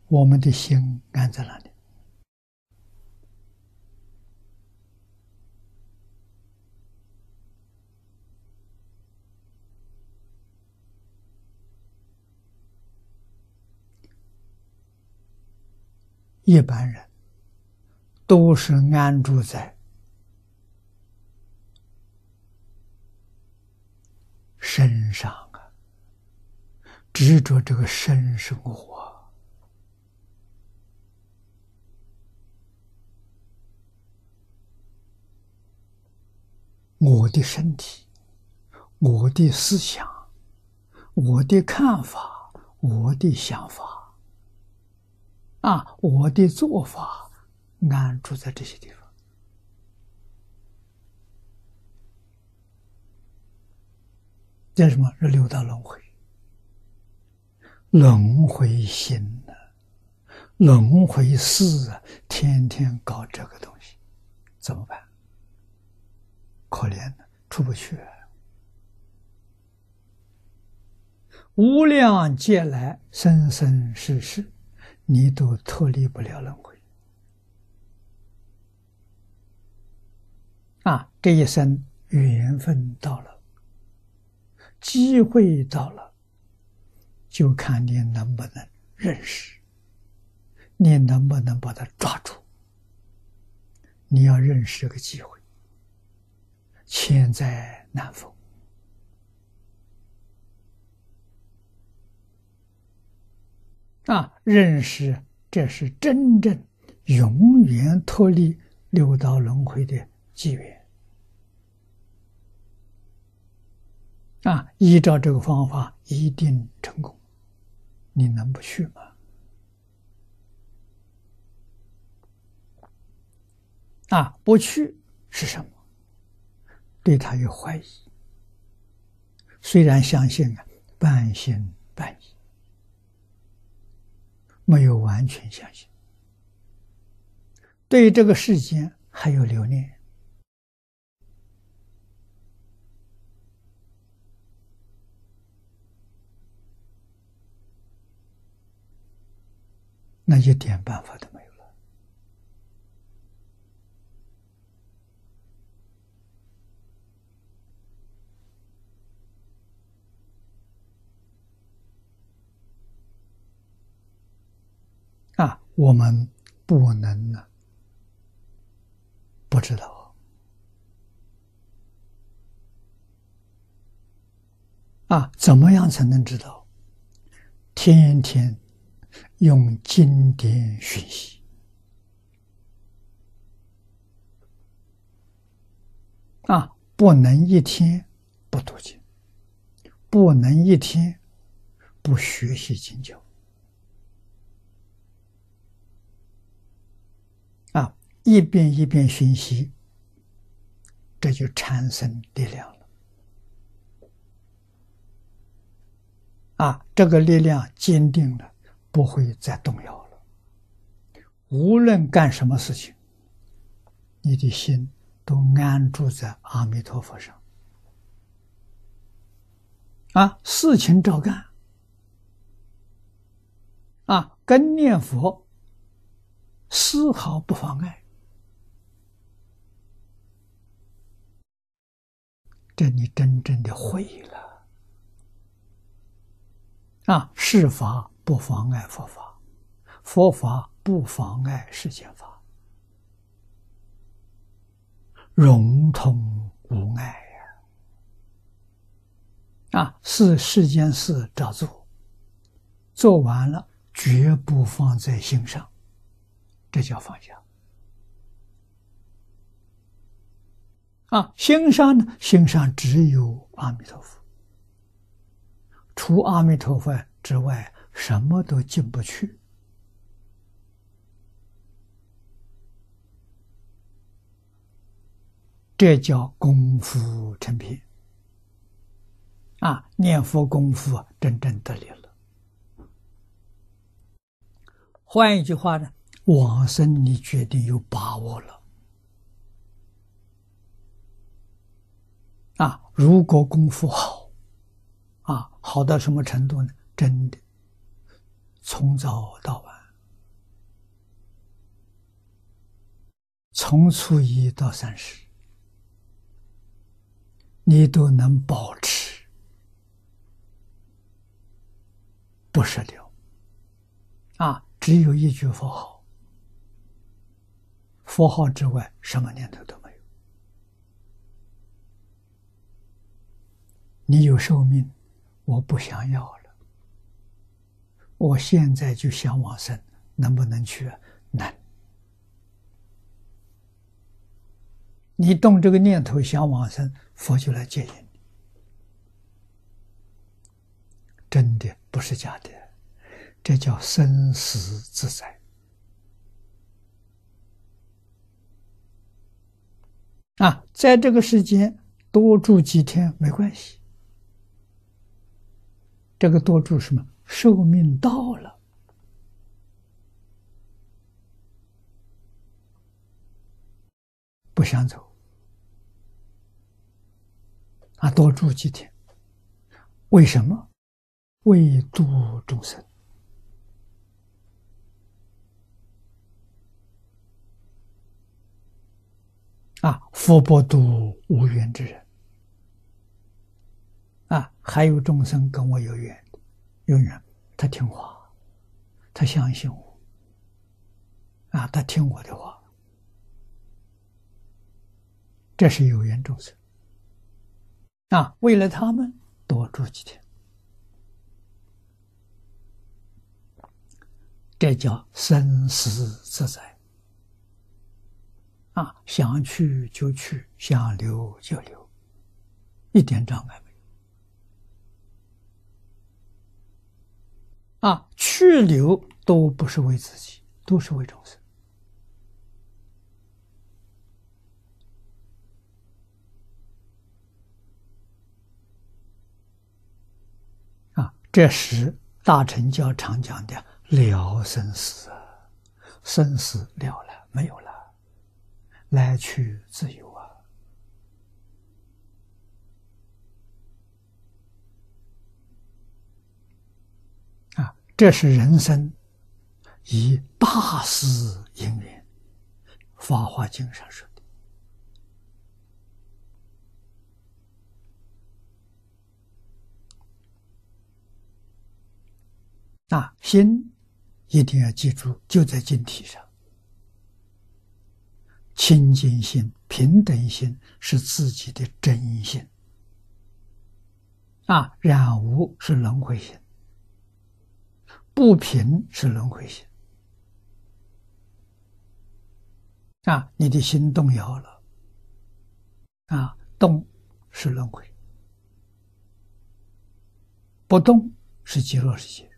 我们的心安在哪里？一般人都是安住在身上啊，执着这个身是我，我的身体，我的思想，我的看法，我的想法我的做法，安住在这些地方。这是什么？是六道轮回，轮回心轮回事天天搞这个东西，怎么办？可怜了，出不去。无量劫来，生生世世，你都脱离不了轮回。这一生缘分到了，机会到了，就看你能不能认识，你能不能把它抓住。你要认识这个机会，千载难逢。认识这是真正永远脱离六道轮回的机缘。依照这个方法一定成功。你能不去吗？不去是什么？对他有怀疑。虽然相信半信半疑，没有完全相信，对这个世间还有留念。那一点办法都没有了。我们不能不知道怎么样才能知道？天天用经典学习不能一天不读经，不能一天不学习经教一遍一遍学习，这就产生力量了这个力量坚定了，不会再动摇了。无论干什么事情，你的心都安住在阿弥陀佛上事情照干跟念佛丝毫不妨碍。这你真正的会了世法不妨碍佛法，佛法不妨碍世间法，融通无碍是世间事照做，做完了绝不放在心上，这叫放下心上呢？心上只有阿弥陀佛，除阿弥陀佛之外，什么都进不去。这叫功夫成片念佛功夫真正得力了。换一句话呢，往生你决定有把握了如果功夫好好到什么程度呢？真的从早到晚从初一到30，你都能保持不失流只有一句佛号，佛号之外什么念头都没有。你有寿命，我不想要了，我现在就想往生，能不能去？能。你动这个念头想往生，佛就来接引你，真的不是假的，这叫生死自在在这个世间多住几天没关系，这个多住什么？寿命到了，不想走多住几天。为什么？为度众生佛不度无缘之人还有众生跟我有缘，他听话，他相信我他听我的话，这是有缘众生为了他们多住几天，这叫生死自在想去就去，想留就留，一点障碍没有去留都不是为自己，都是为众生这时大乘教常讲的了生死生死了了，没有了，来去自由这是人生以大事因缘，法华经上说的心一定要记住，就在经体上，清净心、平等心是自己的真心染污是轮回心，不平是轮回心你的心动摇了动是轮回，不动是极乐世界